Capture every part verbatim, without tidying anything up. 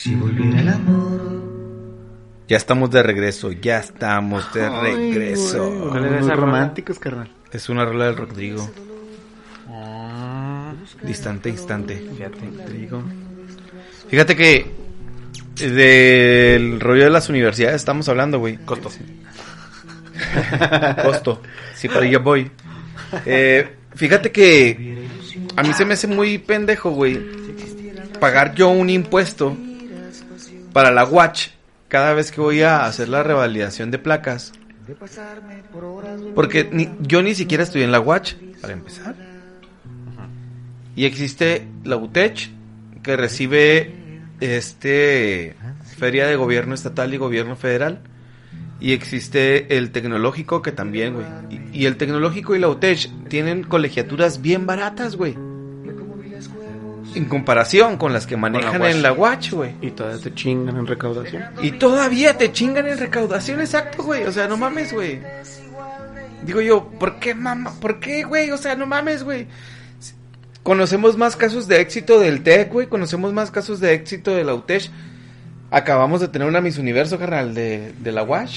Si volviera el amor. Ya estamos de regreso, ya estamos de regreso. Ay, ¿cuál era esa románticos, carnal? Es una rola del Rodrigo. Ah, distante, instante. Fíjate, te digo. Fíjate que del rollo de las universidades estamos hablando, güey. Costo. Costo. Sí, pero yo voy. Eh, fíjate que a mí se me hace muy pendejo, güey, pagar yo un impuesto para la Watch cada vez que voy a hacer la revalidación de placas. Porque ni, yo ni siquiera estoy en la Watch, para empezar. Y existe la U T E C, que recibe este feria de gobierno estatal y gobierno federal. Y existe el tecnológico, que también, güey. Y, y el tecnológico y la U T E C tienen colegiaturas bien baratas, güey. En comparación con las que manejan la en la Watch, güey. Y todavía te chingan en recaudación. Y todavía te chingan en recaudación, exacto, güey. O sea, no mames, güey. Digo yo, ¿por qué, mamá? ¿Por qué, güey? O sea, no mames, güey. Conocemos más casos de éxito del T E C, güey. Conocemos más casos de éxito de la U T E C. Acabamos de tener una Miss Universo, carnal, de, de la Watch.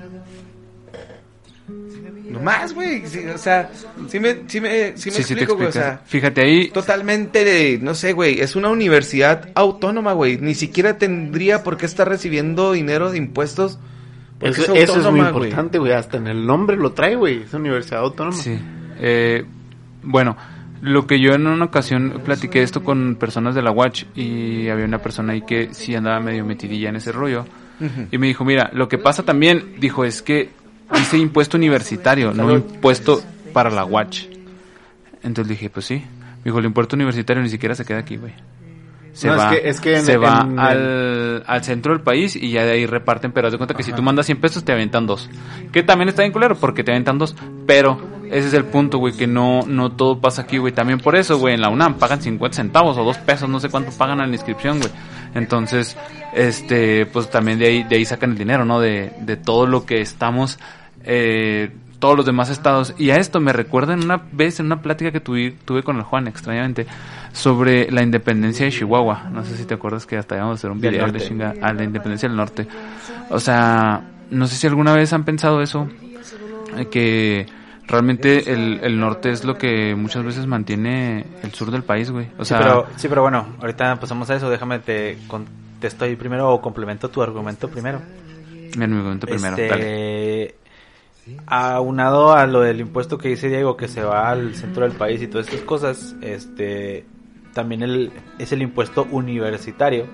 No más, güey. Sí, o sea, sí me, sí me, sí me sí, explico, sí güey. O sea, fíjate ahí. Totalmente de, no sé, güey. Es una universidad autónoma, güey. Ni siquiera tendría por qué estar recibiendo dinero de impuestos. Eso es, autónoma, eso es muy importante, güey. Hasta en el nombre lo trae, güey. Es universidad autónoma. Sí. Eh, bueno, lo que yo en una ocasión platiqué esto con personas de la Watch y había una persona ahí que sí andaba medio metidilla en ese rollo. Uh-huh. Y me dijo, mira, lo que pasa también, dijo, es que dice impuesto universitario, no impuesto para la Watch. Entonces dije, pues sí. Me dijo, el impuesto universitario ni siquiera se queda aquí, güey. Se no, va, es que, es que en, se va en, al, al centro del país y ya de ahí reparten, pero haz de cuenta que Ajá. si tú mandas cien pesos te aventan dos. Que también está bien culero porque te aventan dos, pero ese es el punto, güey, que no no todo pasa aquí, güey. También por eso, güey, en la UNAM pagan cincuenta centavos o dos pesos, no sé cuánto pagan a la inscripción, güey. Entonces, este, pues también de ahí de ahí sacan el dinero, ¿no? De, de todo lo que estamos... Eh, todos los demás estados. Y a esto me recuerda en una vez en una plática que tuve, tuve con el Juan, extrañamente, sobre la independencia de Chihuahua. No sé si te acuerdas que hasta íbamos a hacer un video de chinga a la independencia del norte. O sea, no sé si alguna vez han pensado eso, que realmente el, el norte es lo que muchas veces mantiene el sur del país, güey. O sea, sí, pero, sí, pero bueno, ahorita pasamos a eso. Déjame te contesto ahí primero o complemento tu argumento primero. Mi argumento primero, este... dale. Aunado a lo del impuesto que dice Diego, que se va al centro del país y todas estas cosas, este también el, es el impuesto universitario,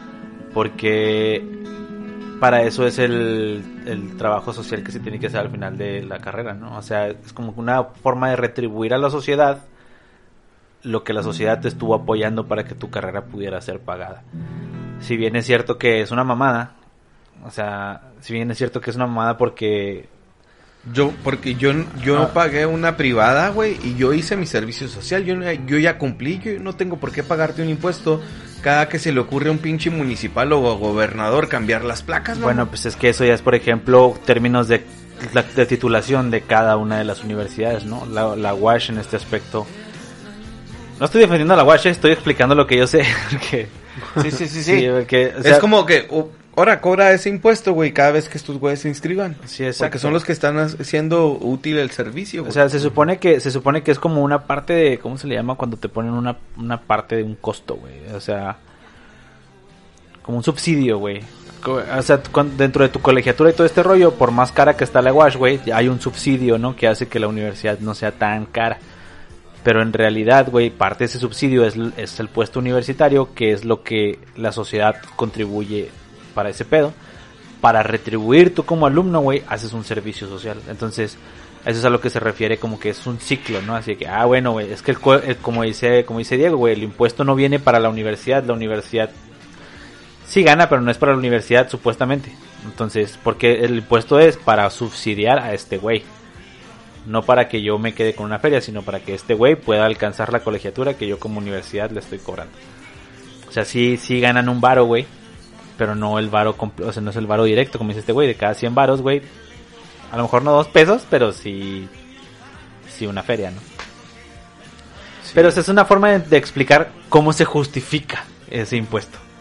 porque para eso es el, el trabajo social que se tiene que hacer al final de la carrera, ¿no? O sea, es como una forma de retribuir a la sociedad lo que la sociedad te estuvo apoyando para que tu carrera pudiera ser pagada. Si bien es cierto que es una mamada, o sea, si bien es cierto que es una mamada porque... Yo, porque yo, yo ah. pagué una privada, güey, y yo hice mi servicio social, yo, yo ya cumplí, yo no tengo por qué pagarte un impuesto cada que se le ocurre a un pinche municipal o gobernador cambiar las placas, ¿no? Bueno, pues es que eso ya es, por ejemplo, términos de, de titulación de cada una de las universidades, ¿no? La, la U A S H en este aspecto. No estoy defendiendo a la U A S H, estoy explicando lo que yo sé, porque... Sí, sí, sí, sí. sí porque, o sea, es como que... Uh, ahora cobra ese impuesto, güey, cada vez que estos güeyes se inscriban. Sí, exacto. Porque son los que están haciendo útil el servicio, güey. O sea, se supone que se supone que es como una parte de... ¿Cómo se le llama cuando te ponen una, una parte de un costo, güey? O sea... Como un subsidio, güey. O sea, dentro de tu colegiatura y todo este rollo, por más cara que está la U A S H, güey, hay un subsidio, ¿no? Que hace que la universidad no sea tan cara. Pero en realidad, güey, parte de ese subsidio es, es el puesto universitario, que es lo que la sociedad contribuye para ese pedo. Para retribuir tú como alumno, güey, haces un servicio social. Entonces, eso es a lo que se refiere como que es un ciclo, ¿no? Así que, ah, bueno, güey, es que el, el, como dice como dice Diego, güey, el impuesto no viene para la universidad. La universidad sí gana, pero no es para la universidad, supuestamente. Entonces, porque el impuesto es para subsidiar a este güey. No para que yo me quede con una feria, sino para que este güey pueda alcanzar la colegiatura que yo como universidad le estoy cobrando. O sea, sí, sí ganan un varo, güey, pero no el varo, compl- o sea, no es el varo directo, como dice este güey, de cada cien varos, güey. A lo mejor no dos pesos, pero sí, sí una feria, ¿no? Sí. Pero o sea, es una forma de, de explicar cómo se justifica ese impuesto.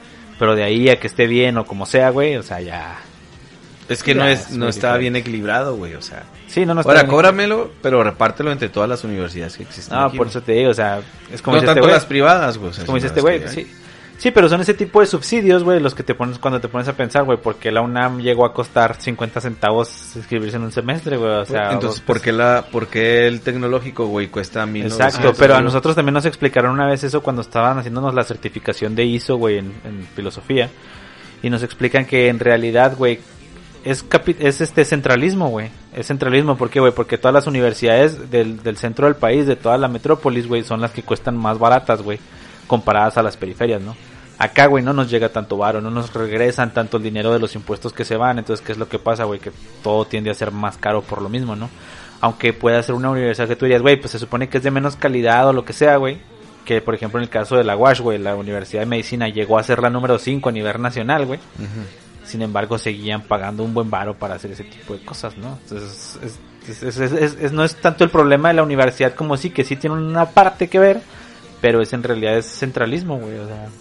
Pero de ahí a que esté bien o como sea, güey, o sea, ya... Es que Ya, no es es no muy está diferente. bien equilibrado, güey, o sea. Sí, no, no está Ahora, bien. cóbramelo, pero repártelo entre todas las universidades que existen No, aquí, por güey. eso te digo, o sea, es como No dice tanto este güey. las privadas, güey. O sea, Como dice sino este las güey, que hay. sí. Sí, pero son ese tipo de subsidios, güey, los que te pones cuando te pones a pensar, güey, porque la UNAM llegó a costar cincuenta centavos inscribirse en un semestre, güey, o sea... Entonces, dos ¿por pesos. qué, la, ¿por qué el tecnológico, güey, cuesta mil Exacto, novecientos? pero a nosotros también nos explicaron una vez eso cuando estaban haciéndonos la certificación de I S O, güey, en, en filosofía. Y nos explican que en realidad, güey, es capi es este centralismo, güey. Es centralismo, ¿por qué, güey? Porque todas las universidades del, del centro del país, de toda la metrópolis, güey, son las que cuestan más baratas, güey, comparadas a las periferias, ¿no? Acá, güey, no nos llega tanto varo, no nos regresan tanto el dinero de los impuestos que se van. Entonces, ¿qué es lo que pasa, güey? Que todo tiende a ser más caro por lo mismo, ¿no? Aunque pueda ser una universidad que tú dirías, güey, pues se supone que es de menos calidad o lo que sea, güey. Que, por ejemplo, en el caso de la U A S H, güey, la Universidad de Medicina llegó a ser la número cinco a nivel nacional, güey. Ujú. Sin embargo, seguían pagando un buen varo para hacer ese tipo de cosas, ¿no? Entonces, es, es, es, es, es, no es tanto el problema de la universidad como sí, que sí tiene una parte que ver, pero es en realidad es centralismo, güey, o sea...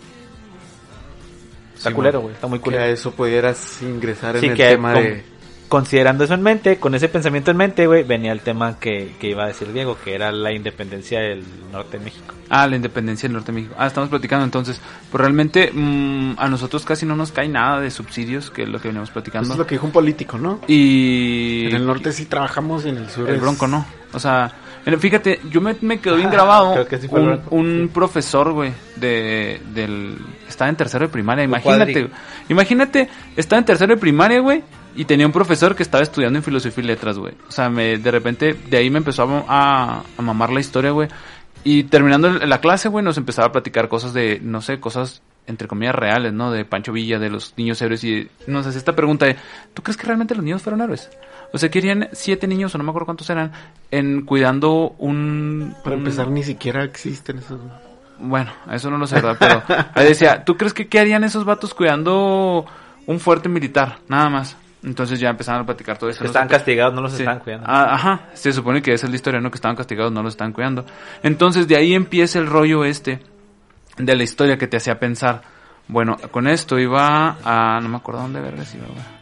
Está Sí, culero, man. güey, está muy Que culero. a eso pudieras ingresar en Sí, el que tema con- de... considerando eso en mente, con ese pensamiento en mente, güey, venía el tema que, que iba a decir Diego, que era la independencia del norte de México. Ah, la independencia del norte de México. Ah, estamos platicando entonces. Pues realmente mmm, a nosotros casi no nos cae nada de subsidios, que es lo que veníamos platicando. Eso es lo que dijo un político, ¿no? Y... En el norte sí trabajamos y en el sur El es- Bronco no. O sea, en- fíjate, yo me, me quedó bien grabado creo que sí fue el un, Bronco. un profesor, güey, de, del... Estaba en tercero de primaria, imagínate. Cuadri. Imagínate, estaba en tercero de primaria, güey, y tenía un profesor que estaba estudiando en filosofía y letras, güey. O sea, me, de repente, de ahí me empezó a, a, a mamar la historia, güey. Y terminando el- la clase, güey, nos empezaba a platicar cosas de, no sé, cosas entre comillas reales, ¿no? De Pancho Villa, de los niños héroes. Y nos hacía esta pregunta de, ¿tú crees que realmente los niños fueron héroes? O sea, querían siete niños, o no me acuerdo cuántos eran, en cuidando un... Para un- empezar, ni siquiera existen esos... Bueno, eso no lo sé, ¿verdad? Pero ahí decía, ¿tú crees que qué harían esos vatos cuidando un fuerte militar? Nada más. Entonces ya empezaron a platicar todo eso. Que estaban castigados, no los Sí. estaban cuidando. Ah, ajá, se supone que esa es la historia, ¿no? Que estaban castigados, no los estaban cuidando. Entonces de ahí empieza el rollo este de la historia que te hacía pensar. Bueno, con esto iba a... No me acuerdo dónde vergas iba, güey.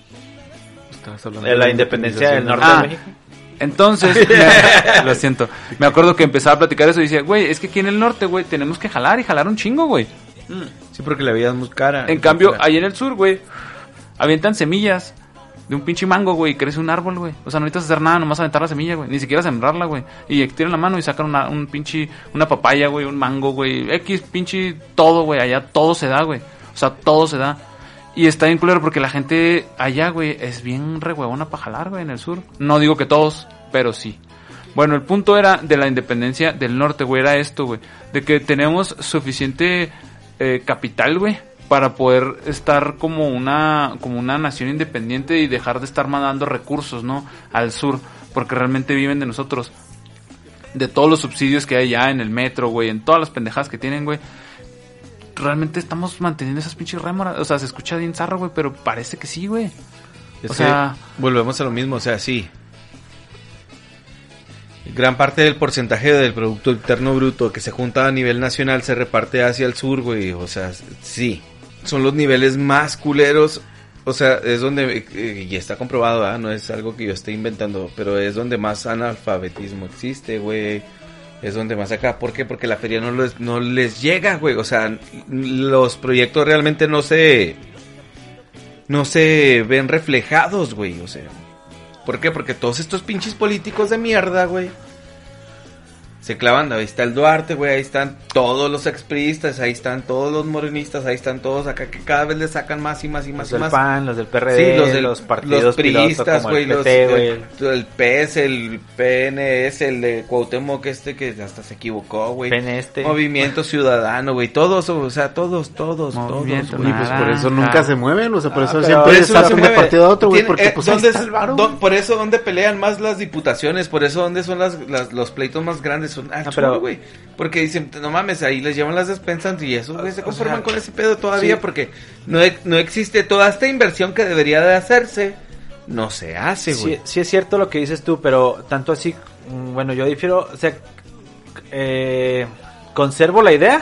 Estabas hablando Eh, de la independencia del norte Ah, de México. Entonces, me- lo siento. Me acuerdo que empezaba a platicar eso y decía, güey, es que aquí en el norte, güey, tenemos que jalar y jalar un chingo, güey. Sí, porque la vida es muy cara. En cambio, ahí en el sur, güey, avientan semillas de un pinche mango, güey, y crece un árbol, güey. O sea, no necesitas hacer nada, nomás aventar la semilla, güey. Ni siquiera sembrarla, güey. Y tiran la mano y sacan una, un pinche, una papaya, güey, un mango, güey. X, pinche, todo, güey. Allá todo se da, güey. O sea, todo se da. Y está bien culero porque la gente allá, güey, es bien re huevona para jalar, güey, en el sur. No digo que todos, pero sí. Bueno, el punto era de la independencia del norte, güey, era esto, güey. De que tenemos suficiente eh, capital, güey, para poder estar como una, como una nación independiente y dejar de estar mandando recursos, ¿no? Al sur, porque realmente viven de nosotros. De todos los subsidios que hay allá en el metro, güey, en todas las pendejadas que tienen, güey. Realmente estamos manteniendo esas pinches rémoras. O sea, se escucha bien zarro, güey, pero parece que sí, güey. Es O que sea- volvemos a lo mismo, o sea, sí. Gran parte del porcentaje del Producto Interno Bruto que se junta a nivel nacional se reparte hacia el sur, güey. O sea, sí. Son los niveles más culeros. O sea, es donde, eh, y está comprobado, ¿eh? No es algo que yo esté inventando, pero es donde más analfabetismo existe, güey. Es donde más acá. ¿Por qué? Porque la feria no les, no les llega, güey. O sea, los proyectos realmente no se... No se ven reflejados, güey. O sea... ¿Por qué? Porque todos estos pinches políticos de mierda, güey, se clavan. Ahí está el Duarte, güey, ahí están todos los expriistas, ahí están todos los morenistas, ahí están todos acá que cada vez le sacan más y más y más Los y del más. P A N, los del P R D, Sí, los, del, los partidos los piloto priistas, como güey, el los, P T, güey. el, el P S, el P N S, el de Cuauhtémoc este que hasta se equivocó, güey. P N este. Movimiento Ciudadano, güey, todos, o sea, todos, todos, Movimiento todos, Y güey. pues por Naranja. eso nunca se mueven, o sea, por Ah, eso pero siempre Por eso pasan se de mueve. partido a otro, güey, Tiene- porque eh, pues ahí ¿dónde está es- el varo. dó- por eso donde pelean más las diputaciones, por eso donde son las, las- los pleitos más grandes son al Ah, sur, pero- güey, porque dicen, no mames, ahí les llevan las despensas y esos güey se O conforman sea, con ese pedo todavía sí. porque no, e- no existe toda esta inversión que debería de hacerse, no se hace, güey. Sí, sí es cierto lo que dices tú, pero tanto así, mm, bueno, yo difiero, o sea, eh, conservo la idea,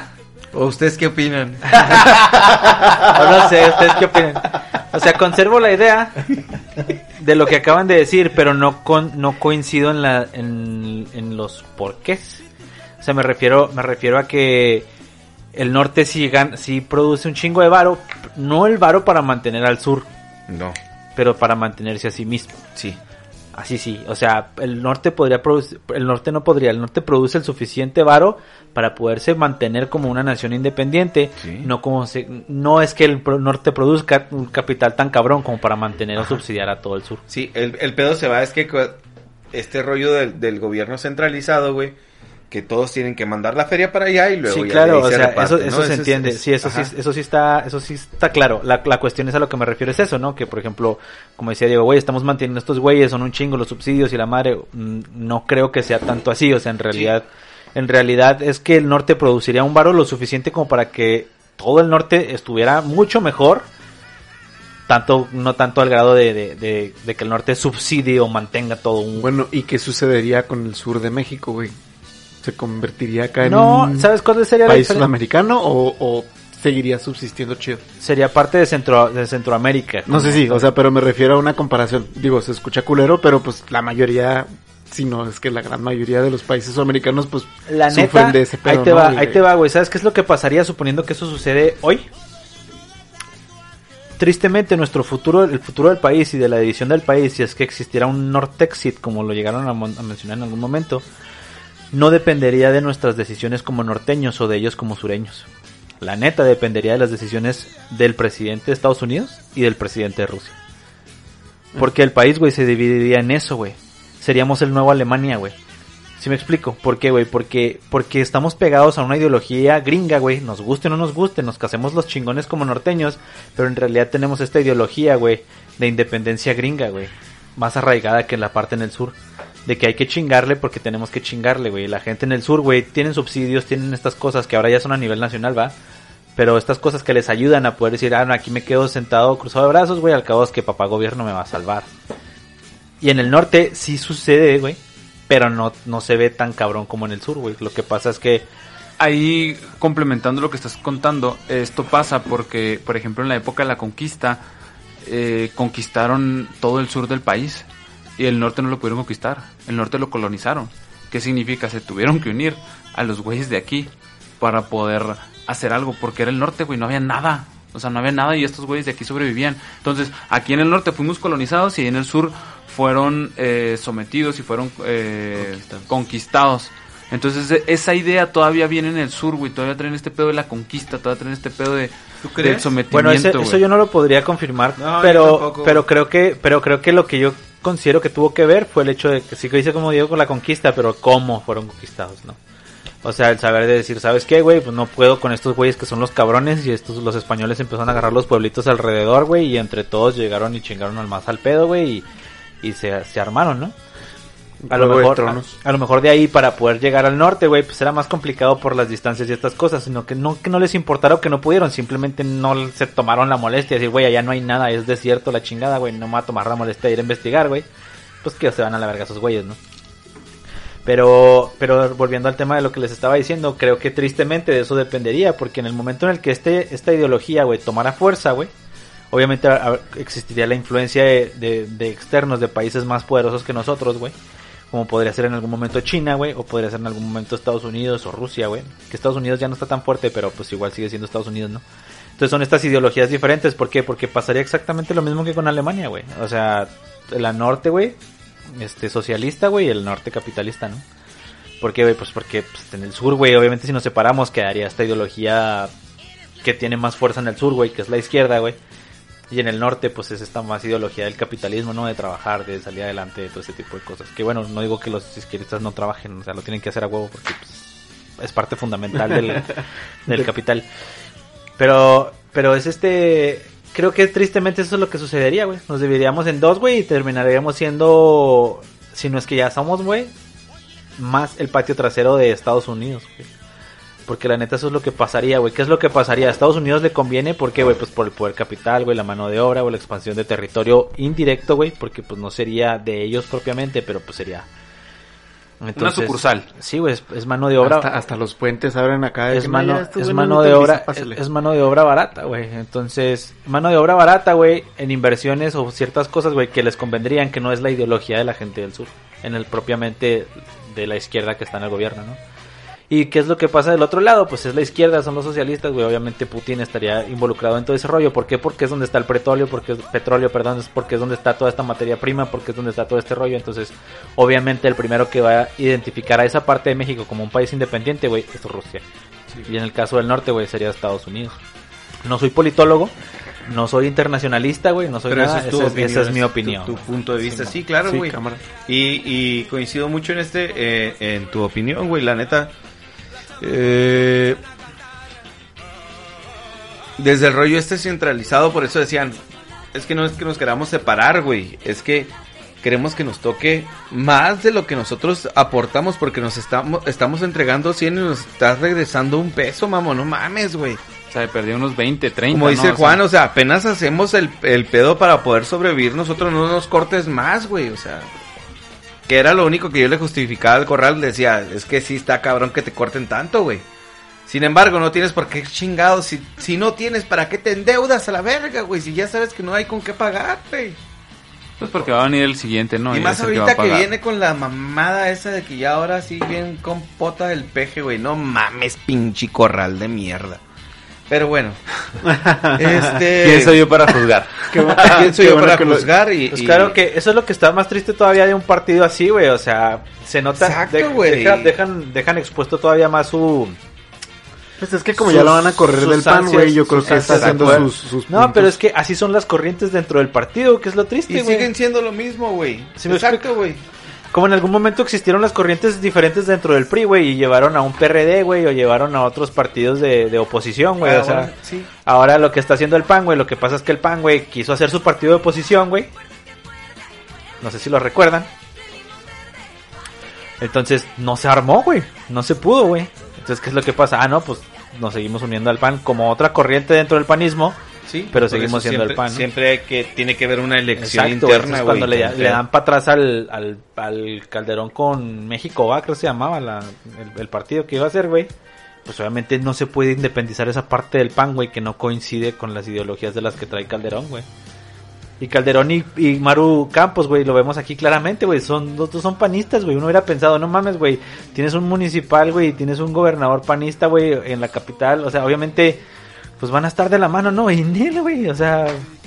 ¿O ustedes qué opinan? O no sé, ¿ustedes qué opinan? O sea, conservo la idea de lo que acaban de decir, pero no con, no coincido en la en, en los porqués. O sea, me refiero me refiero a que el norte sí, gan, sí produce un chingo de varo, no el varo para mantener al sur. No. Pero para mantenerse a sí mismo. Sí. Así sí, o sea, el norte podría producir, el norte no podría, el norte produce el suficiente varo para poderse mantener como una nación independiente, sí. no como se, no es que el norte produzca un capital tan cabrón como para mantener Ajá. o subsidiar a todo el sur. Sí, el, el pedo se va, es que este rollo del, del gobierno centralizado, güey, que todos tienen que mandar la feria para allá y luego sí, ya claro, o sea, reparte, eso, ¿no? eso se eso entiende, es, es, sí, eso ajá. sí, eso sí está, eso sí está claro. La, la cuestión es a lo que me refiero es eso, ¿no? Que por ejemplo, como decía Diego, güey, estamos manteniendo estos güeyes, son un chingo los subsidios y la madre, no creo que sea tanto así, o sea, en realidad, sí. en realidad es que el norte produciría un varo lo suficiente como para que todo el norte estuviera mucho mejor. Tanto, no tanto al grado de, de, de, de que el norte subsidie o mantenga todo un... Bueno, ¿y qué sucedería con el sur de México, güey? ¿Se convertiría acá en no, un ¿sabes cuál sería país sudamericano o, o seguiría subsistiendo chido? Sería parte de Centro de Centroamérica. No sé si, sí, o sea, pero me refiero a una comparación. Digo, se escucha culero, pero pues la mayoría, si no, es que la gran mayoría de los países sudamericanos pues la sufren neta, de ese pedo, ahí te ¿no? va, y, ahí te va, güey. ¿Sabes qué es lo que pasaría suponiendo que eso sucede hoy? Tristemente nuestro futuro, el futuro del país y de la división del país, si es que existiera un Nortexit, como lo llegaron a, mon- a mencionar en algún momento, no dependería de nuestras decisiones como norteños o de ellos como sureños. La neta dependería de las decisiones del presidente de Estados Unidos y del presidente de Rusia. Porque el país, güey, se dividiría en eso, güey. Seríamos el nuevo Alemania, güey. ¿Sí me explico? ¿Por qué, güey? Porque, porque estamos pegados a una ideología gringa, güey. Nos guste o no nos guste, nos casemos los chingones como norteños, pero en realidad tenemos esta ideología, güey, de independencia gringa, güey. Más arraigada que en la parte en el sur. De que hay que chingarle porque tenemos que chingarle, güey. La gente en el sur, güey, tienen subsidios, tienen estas cosas que ahora ya son a nivel nacional, ¿va? Pero estas cosas que les ayudan a poder decir, ah, no, aquí me quedo sentado cruzado de brazos, güey, al cabo es que papá gobierno me va a salvar. Y en el norte sí sucede, güey, pero no, no se ve tan cabrón como en el sur, güey. Lo que pasa es que... Ahí, complementando lo que estás contando, esto pasa porque, por ejemplo, en la época de la conquista, eh, conquistaron todo el sur del país. Y el norte no lo pudieron conquistar, el norte lo colonizaron. ¿Qué significa? Se tuvieron que unir a los güeyes de aquí para poder hacer algo, porque era el norte, güey, no había nada. O sea, no había nada y estos güeyes de aquí sobrevivían. Entonces, aquí en el norte fuimos colonizados y en el sur fueron eh, sometidos y fueron eh, conquistados. conquistados. Entonces, esa idea todavía viene en el sur, güey, todavía traen este pedo de la conquista, todavía traen este pedo de... del sometimiento. Bueno, ese, eso yo no lo podría confirmar, no, pero pero creo que pero creo que lo que yo considero que tuvo que ver fue el hecho de que sí que hice como digo con la conquista, pero cómo fueron conquistados, ¿no? O sea, el saber de decir, ¿sabes qué, güey? Pues no puedo con estos güeyes que son los cabrones y estos los españoles empezaron a agarrar los pueblitos alrededor, güey, y entre todos llegaron y chingaron al más al pedo, güey, y, y se, se armaron, ¿no? A lo, mejor, a, a lo mejor de ahí para poder llegar al norte, güey, pues era más complicado por las distancias y estas cosas, sino que no que no les importara o que no pudieron, simplemente no se tomaron la molestia de decir, güey, allá no hay nada, es desierto la chingada, güey, no me va a tomar la molestia de ir a investigar, güey, pues que se van a la verga esos güeyes, ¿no? Pero, pero volviendo al tema de lo que les estaba diciendo, creo que tristemente de eso dependería, porque en el momento en el que este esta ideología, güey, tomara fuerza, güey, obviamente a, a, existiría la influencia de, de, de externos, de países más poderosos que nosotros, güey. Como podría ser en algún momento China, güey, o podría ser en algún momento Estados Unidos o Rusia, güey. Que Estados Unidos ya no está tan fuerte, pero pues igual sigue siendo Estados Unidos, ¿no? Entonces son estas ideologías diferentes. ¿Por qué? Porque pasaría exactamente lo mismo que con Alemania, güey. O sea, la norte, güey, este, socialista, güey, y el norte capitalista, ¿no? ¿Por qué, güey? Pues porque pues, en el sur, güey, obviamente si nos separamos quedaría esta ideología que tiene más fuerza en el sur, güey, que es la izquierda, güey. Y en el norte, pues es esta más ideología del capitalismo, ¿no? De trabajar, de salir adelante, de todo ese tipo de cosas. Que bueno, no digo que los izquierdistas no trabajen, o sea, lo tienen que hacer a huevo porque pues, es parte fundamental del, del capital. Pero, pero es este... Creo que tristemente eso es lo que sucedería, güey. Nos dividiríamos en dos, güey, y terminaríamos siendo... Si no es que ya somos, güey, más el patio trasero de Estados Unidos, güey. Porque la neta eso es lo que pasaría, güey. ¿Qué es lo que pasaría? A Estados Unidos le conviene, ¿por qué, güey? Pues por el poder capital, güey, la mano de obra, o la expansión de territorio indirecto, güey. Porque pues no sería de ellos propiamente, pero pues sería Entonces, Una sucursal. Sí, güey, es, es mano de obra. Hasta, hasta los puentes abren acá. de es que, mano, "No, ya estos es güeyes mano no de te obra, avisan, pásale". es, es mano de obra barata, güey. Entonces, mano de obra barata, güey, en inversiones o ciertas cosas, güey, que les convendrían, que no es la ideología de la gente del sur, en el propiamente de la izquierda que está en el gobierno, ¿no? ¿Y qué es lo que pasa del otro lado? Pues es la izquierda, son los socialistas, güey. Obviamente Putin estaría involucrado en todo ese rollo. ¿Por qué? Porque es donde está el petróleo, porque es petróleo, perdón, es porque es donde está toda esta materia prima, porque es donde está todo este rollo. Entonces, obviamente el primero que va a identificar a esa parte de México como un país independiente, güey, es Rusia. Sí. Y en el caso del norte, güey, sería Estados Unidos. No soy politólogo, no soy internacionalista, güey, no soy Pero nada, esa es, tu esa, opinión, esa es mi tu- opinión. Tu, punto de vista, Sí, sí, claro, Sí, güey. cámara. y, y coincido mucho en este, eh, en tu opinión, güey, la neta. Eh, desde el rollo este centralizado, por eso decían, es que no es que nos queramos separar, güey, es que queremos que nos toque más de lo que nosotros aportamos, porque nos estamos, estamos entregando cien y nos estás regresando un peso, mamón, no mames, güey. O sea, perdió unos veinte, treinta, Como dice ¿no? O sea, Juan, o sea, apenas hacemos el, el pedo para poder sobrevivir, nosotros no nos cortes más, güey, o sea, que era lo único que yo le justificaba al corral, le decía, es que sí está cabrón que te corten tanto, güey. Sin embargo, no tienes por qué chingados, si, si no tienes, ¿para qué te endeudas a la verga, güey? Si ya sabes que no hay con qué pagar, güey. Pues porque va a venir el siguiente, ¿no? y Y más es el va ahorita a que, pagar. viene con la mamada esa de que ya ahora sí bien con pota del peje, güey. No mames, pinche corral de mierda. Pero bueno. este... ¿Quién soy yo para juzgar? ¿Quién soy Qué yo bueno para que lo- juzgar? Y, Pues y- claro que eso es lo que está más triste todavía de un partido así, güey. O sea, se nota. Exacto, de- güey. deja- dejan, dejan expuesto todavía más su. Pues es que como sus- ya lo van a correr sus del pan, ansias, güey, yo creo sus que está ansias de haciendo poder. sus, sus No, puntos. pero es que así son las corrientes dentro del partido, que es lo triste, y güey. siguen siendo lo mismo, güey. ¿Sí me Exacto, güey. Como en algún momento existieron las corrientes diferentes dentro del P R I, güey, y llevaron a un P R D, güey, o llevaron a otros partidos de, de oposición, güey. Ah, o sea, bueno, sí. ahora lo que está haciendo el P A N, güey, lo que pasa es que el P A N, güey, quiso hacer su partido de oposición, güey. No sé si lo recuerdan. Entonces, no se armó, güey. No se pudo, güey. Entonces, ¿qué es lo que pasa? Ah, no, pues nos seguimos uniendo al P A N como otra corriente dentro del panismo. Sí, Pero por seguimos eso siendo siempre, el P A N, ¿no? Siempre hay que, tiene que haber una elección Exacto, güey. interna, Entonces, güey. cuando le, Entonces, le dan para atrás al, al, al Calderón con México, va, creo que se llamaba la, el, el partido que iba a hacer, güey. Pues obviamente no se puede independizar esa parte del P A N, güey, que no coincide con las ideologías de las que trae Calderón, güey. Y Calderón y, y Maru Campos, güey, lo vemos aquí claramente, güey, son los dos son panistas, güey. Uno hubiera pensado, no mames, güey, tienes un municipal, güey, tienes un gobernador panista, güey, en la capital, o sea, obviamente, pues van a estar de la mano, ¿no? Y ni, güey, o sea,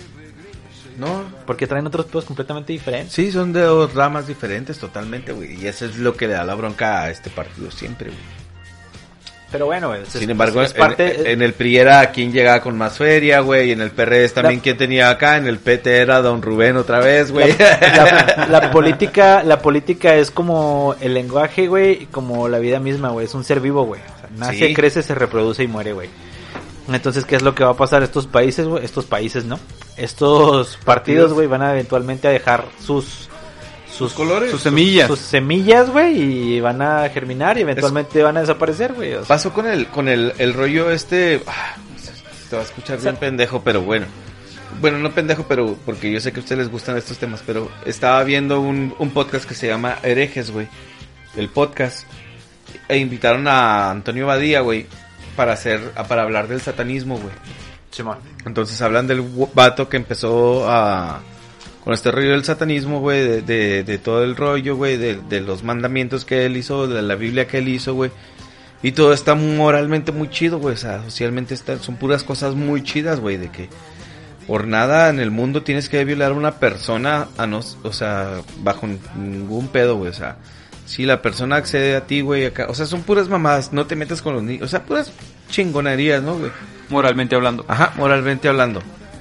No, porque traen otros pedos completamente diferentes. sí, son de dos ramas diferentes totalmente, güey. Y eso es lo que le da la bronca a este partido siempre, güey. Pero bueno, güey, es- Sin embargo, es, es parte, en, en el P R I era quien llegaba con más feria, güey. Y en el P R D es también La- quien tenía acá. En el P T era Don Rubén otra vez, güey. la, la política, la política es como el lenguaje, güey, y como la vida misma, güey, es un ser vivo, güey. O sea, nace, Sí. crece, se reproduce y muere, güey. Entonces, ¿qué es lo que va a pasar? Estos países, güey, estos países, ¿no? Estos partidos, güey, van a eventualmente a dejar sus sus colores. Sus semillas. sus semillas, güey, y van a germinar y eventualmente van a desaparecer, güey. O sea, Pasó con el, con el, el rollo este. ah, se va a escuchar bien pendejo, pero bueno. Bueno, no pendejo, pero porque yo sé que a ustedes les gustan estos temas, pero estaba viendo un, un podcast que se llama Herejes, güey. El podcast. E invitaron a Antonio Badía, güey, para hacer, para hablar del satanismo, güey. Simón. Entonces hablan del gu- vato que empezó a con este rollo del satanismo, güey, de, de, de todo el rollo, güey, de, de los mandamientos que él hizo, de la Biblia que él hizo, güey. Y todo está moralmente muy chido, güey, o sea, socialmente está, son puras cosas muy chidas, güey, de que por nada en el mundo tienes que violar a una persona, a no, o sea, bajo ningún pedo, güey, o sea, si la persona accede a ti, güey, acá, o sea, son puras mamadas, no te metas con los niños, o sea, puras chingonerías, ¿no, güey? Moralmente hablando. Ajá, moralmente hablando.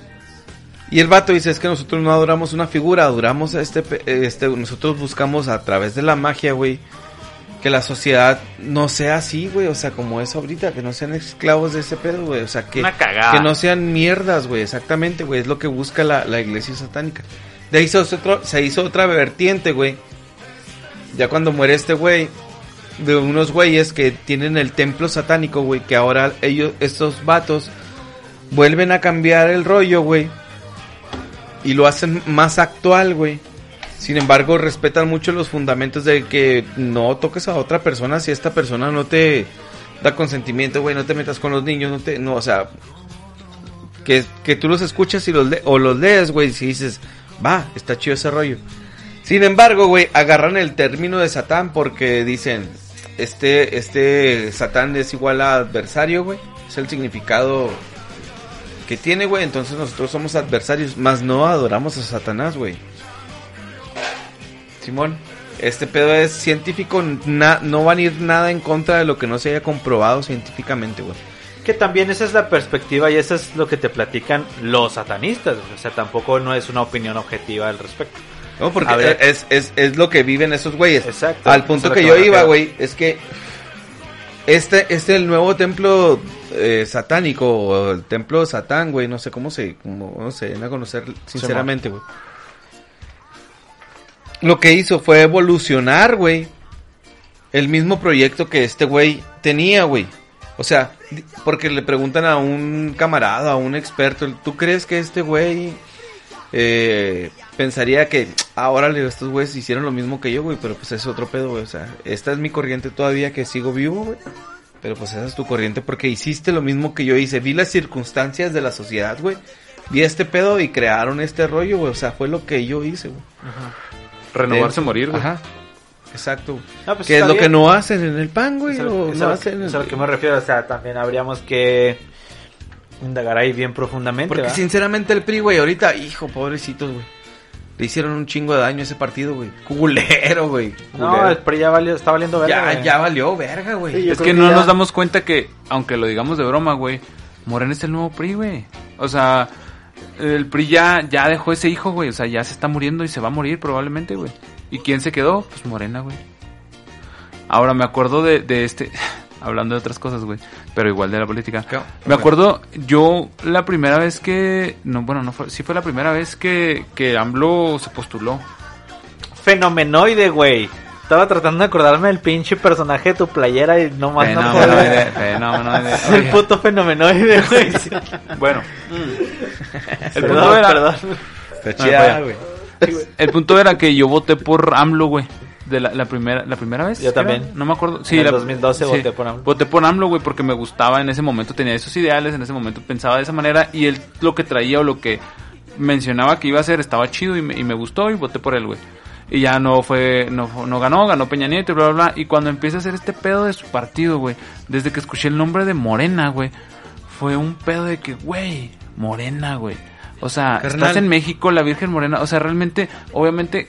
Y el vato dice, es que nosotros no adoramos una figura, adoramos a este, pe- este, nosotros buscamos a través de la magia, güey, que la sociedad no sea así, güey, o sea, como es ahorita, que no sean esclavos de ese pedo, güey, o sea, que, Una cagada. que no sean mierdas, güey, exactamente, güey, es lo que busca la, la iglesia satánica. De ahí se hizo, otro, se hizo otra vertiente, güey, ya cuando muere este güey, de unos güeyes que tienen el templo satánico, güey, que ahora ellos, estos vatos, vuelven a cambiar el rollo, güey, y lo hacen más actual, güey. Sin embargo, respetan mucho los fundamentos de que no toques a otra persona si esta persona no te da consentimiento, güey, no te metas con los niños, no te, no, o sea, que, que tú los escuchas y los le, o los lees, güey, si dices, va, está chido ese rollo. Sin embargo, güey, agarran el término de Satán porque dicen, este, este Satán es igual a adversario, güey, es el significado que tiene, güey, entonces nosotros somos adversarios, más no adoramos a Satanás, güey. Simón, este pedo es científico, na, no van a ir nada en contra de lo que no se haya comprobado científicamente, güey. Que también esa es la perspectiva y eso es lo que te platican los satanistas, o sea, tampoco no es una opinión objetiva al respecto. No, porque es, es, es lo que viven esos güeyes. Exacto. Al punto que, que yo iba, güey, es que este, este el nuevo templo eh, satánico, o el templo de Satán, güey, no sé cómo se, cómo, no sé, van a conocer sinceramente, güey. Lo que hizo fue evolucionar, güey, el mismo proyecto que este güey tenía, güey. O sea, porque le preguntan a un camarada, a un experto, ¿tú crees que este güey eh, pensaría que, ah, órale, estos güeyes hicieron lo mismo que yo, güey? Pero pues es otro pedo, güey. O sea, esta es mi corriente todavía que sigo vivo, güey. Pero pues esa es tu corriente porque hiciste lo mismo que yo hice. Vi las circunstancias de la sociedad, güey. Vi este pedo y crearon este rollo, güey. O sea, fue lo que yo hice, güey. Ajá. Renovarse, de, morir, güey. Ajá. Exacto. No, pues ¿qué es lo bien. que no hacen en el pan, güey? Eso, o eso, no hacen en eso el... a lo que me refiero. O sea, también habríamos que indagar ahí bien profundamente. Porque ¿verdad? sinceramente el P R I, güey, ahorita, hijo, pobrecitos, güey. Le hicieron un chingo de daño a ese partido, güey. Culero, güey. No, el P R I ya valió, está valiendo verga. Ya, güey. ya valió verga, güey. Sí, es que, que no ya... nos damos cuenta que, aunque lo digamos de broma, güey, Morena es el nuevo P R I, güey. O sea, el P R I ya, ya dejó ese hijo, güey. O sea, ya se está muriendo y se va a morir probablemente, güey. ¿Y quién se quedó? Pues Morena, güey. Ahora me acuerdo de, de este... Hablando de otras cosas, güey. Pero igual de la política. ¿Qué? Me acuerdo, yo la primera vez que... No, bueno, no fue... Sí fue la primera vez que, que AMLO se postuló. Fenomenoide, güey. Estaba tratando de acordarme del pinche personaje de tu playera y no más no puedo. Fenomenoide, fenomenoide. El puto fenomenoide, güey. Bueno. El punto Perdón, era... perdón. Está chida, güey. El punto era que yo voté por AMLO, güey. De la, la primera la primera vez. Yo también. Era? No me acuerdo. Sí, en el la, dos mil doce sí. voté por AMLO. Voté por AMLO, güey, porque me gustaba en ese momento, tenía esos ideales, en ese momento pensaba de esa manera y él lo que traía o lo que mencionaba que iba a hacer estaba chido y me, y me gustó y voté por él, güey. Y ya no fue, no, no ganó, ganó Peña Nieto y bla, bla, bla. Y cuando empieza a hacer este pedo de su partido, güey, desde que escuché el nombre de Morena, güey, fue un pedo de que, güey, Morena, güey. O sea, Carnal. Estás en México, la Virgen Morena, o sea, realmente, obviamente...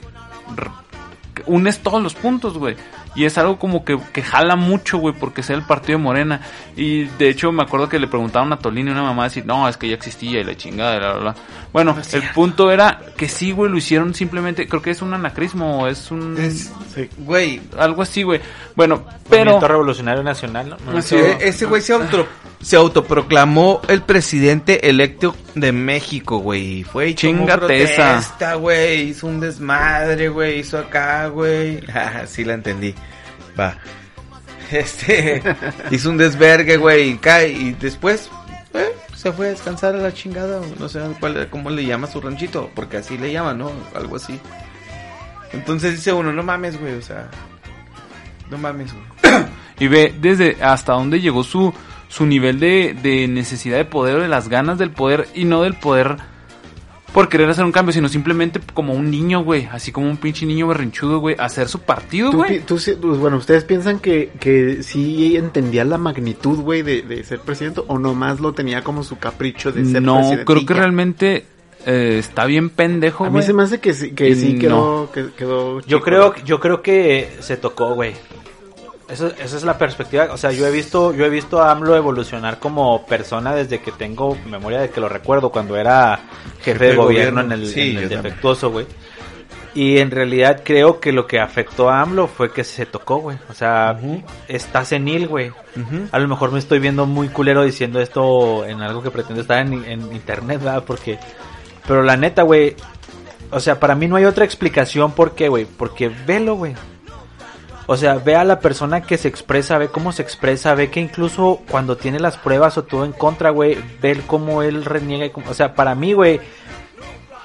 unes todos los puntos, güey. Y es algo como que, que jala mucho, güey, porque sea el partido de Morena. Y de hecho me acuerdo que le preguntaban a Tolini una mamá decir, no, es que ya existía y la chingada, bla, bla, bla. Bueno, No, sí. el punto era que sí, güey, lo hicieron simplemente, creo que es un anacrismo, es un... Es, Sí. güey, algo así, güey. Bueno, pero... Movimiento Revolucionario Nacional, ¿no? No, sí, ese güey se, auto, se autoproclamó el presidente electo de México, güey. Y fue y tomó Chíngate esa. protesta, güey. Hizo un desmadre, güey. Hizo acá, güey. Ah, sí la entendí. Va. Este, hizo un desvergue, güey. Y cae. Y después, eh, se fue a descansar a la chingada. No sé cuál, cómo le llama su ranchito. Porque así le llama, ¿no? Algo así. Entonces dice uno, no mames, güey. O sea, no mames, güey. Y ve desde hasta dónde llegó su, su nivel de, de necesidad de poder, de las ganas del poder, y no del poder por querer hacer un cambio, sino simplemente como un niño, güey, así como un pinche niño berrinchudo, güey, hacer su partido, ¿Tú, güey. pi- tú sí- pues, bueno, ¿ustedes piensan que, que sí entendía la magnitud, güey, de, de ser presidente? ¿O nomás lo tenía como su capricho de ser No, presidente? creo y que ya? realmente eh, está bien pendejo, A mí güey. se me hace que sí, que Y sí no. quedó, que, quedó Yo chico, creo, güey. yo creo que se tocó, güey. Eso, esa es la perspectiva. O sea, yo he visto, yo he visto a AMLO evolucionar como persona desde que tengo memoria de que lo recuerdo cuando era jefe, de gobierno, en el, Sí, en yo el también. defectuoso, güey. Y en realidad creo que lo que afectó a AMLO fue que se tocó, güey. O sea, Ujú. está senil, güey. Ujú. A lo mejor me estoy viendo muy culero diciendo esto en algo que pretende estar en, en internet, ¿verdad? Porque, pero la neta, güey, o sea, para mí no hay otra explicación por qué, güey. Porque velo, güey. O sea, ve a la persona que se expresa, ve cómo se expresa, ve que incluso cuando tiene las pruebas o todo en contra, güey, ve cómo él reniega. y cómo- O sea, para mí, güey,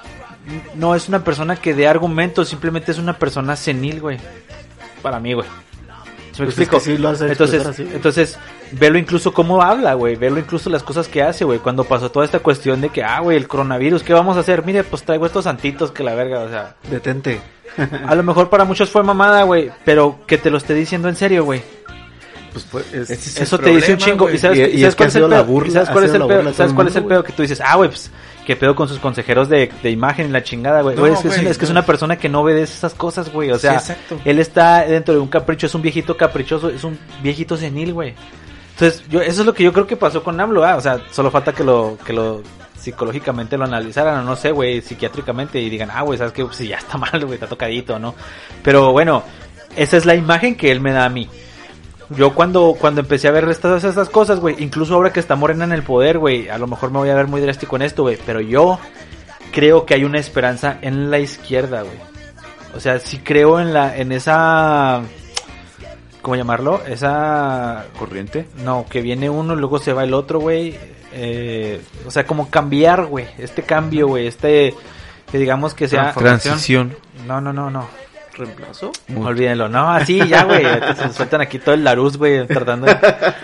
no es una persona que dé argumentos, simplemente es una persona senil, güey. Para mí, güey. ¿Se me Pues explico? es que sí lo hace entonces, expresar así, güey. entonces, velo incluso cómo habla, güey. Velo incluso las cosas que hace, güey. Cuando pasó toda esta cuestión de que, ah, güey, el coronavirus, ¿qué vamos a hacer? Mire, pues traigo estos santitos que la verga, o sea. Detente. A lo mejor para muchos fue mamada, güey. Pero que te lo esté diciendo en serio, güey. Pues, pues es- Ese es Eso el te dice un problema, chingo. güey. ¿Y sabes, Y- y y sabes es que cuál ha es el sido la pedo? burla- ¿Y ¿Sabes ha cuál es sido el la pedo? burla de ¿Sabes todo cuál el es el mundo, pedo? güey. Que tú dices, ah, güey, pues, qué pedo con sus consejeros de, de imagen y la chingada, güey. No, Güey, es, que es güey, una- es que es no. una persona que no obedece esas cosas, güey. O sea, Sí, exacto. él está dentro de un capricho, es un viejito caprichoso, es un viejito senil, güey. Entonces, yo, eso es lo que yo creo que pasó con AMLO, ah, o sea, solo falta que lo, que lo psicológicamente lo analizaran, o no sé, güey, psiquiátricamente y digan, ah, güey, sabes que pues, ya está mal, güey, está tocadito, ¿no? Pero bueno, esa es la imagen que él me da a mí. Yo cuando, cuando empecé a ver estas, estas cosas, güey, incluso ahora que está Morena en el poder, güey, a lo mejor me voy a ver muy drástico en esto, güey, pero yo creo que hay una esperanza en la izquierda, güey. O sea, sí creo en la, en esa, ¿cómo llamarlo? Esa, Corriente. no, que viene uno y luego se va el otro, güey. Eh, o sea, como cambiar, güey, este cambio, güey, este, que digamos que sea... Transición. No, no, no, no. ¿Reemplazo? Olvídenlo, no, así ya, güey. Se sueltan aquí todo el Larus, güey, tratando de...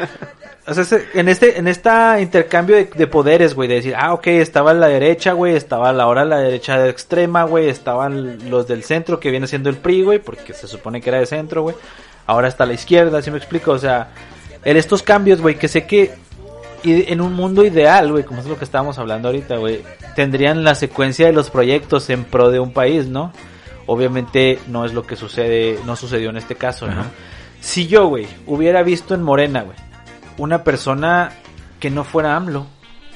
O sea, se- en este, en esta intercambio de, de poderes, güey, de decir, ah, ok, estaba la derecha, güey, estaba la hora la derecha extrema, güey, estaban los del centro, que viene siendo el P R I, güey, porque se supone que era de centro, güey. Ahora está la izquierda, ¿sí me explico? O sea, en estos cambios, güey, que sé que y en un mundo ideal, güey, como es lo que estábamos hablando ahorita, güey, tendrían la secuencia de los proyectos en pro de un país, ¿no? Obviamente no es lo que sucede, no sucedió en este caso, ¿no? Ajá. Si yo, güey, hubiera visto en Morena, güey, una persona que no fuera AMLO,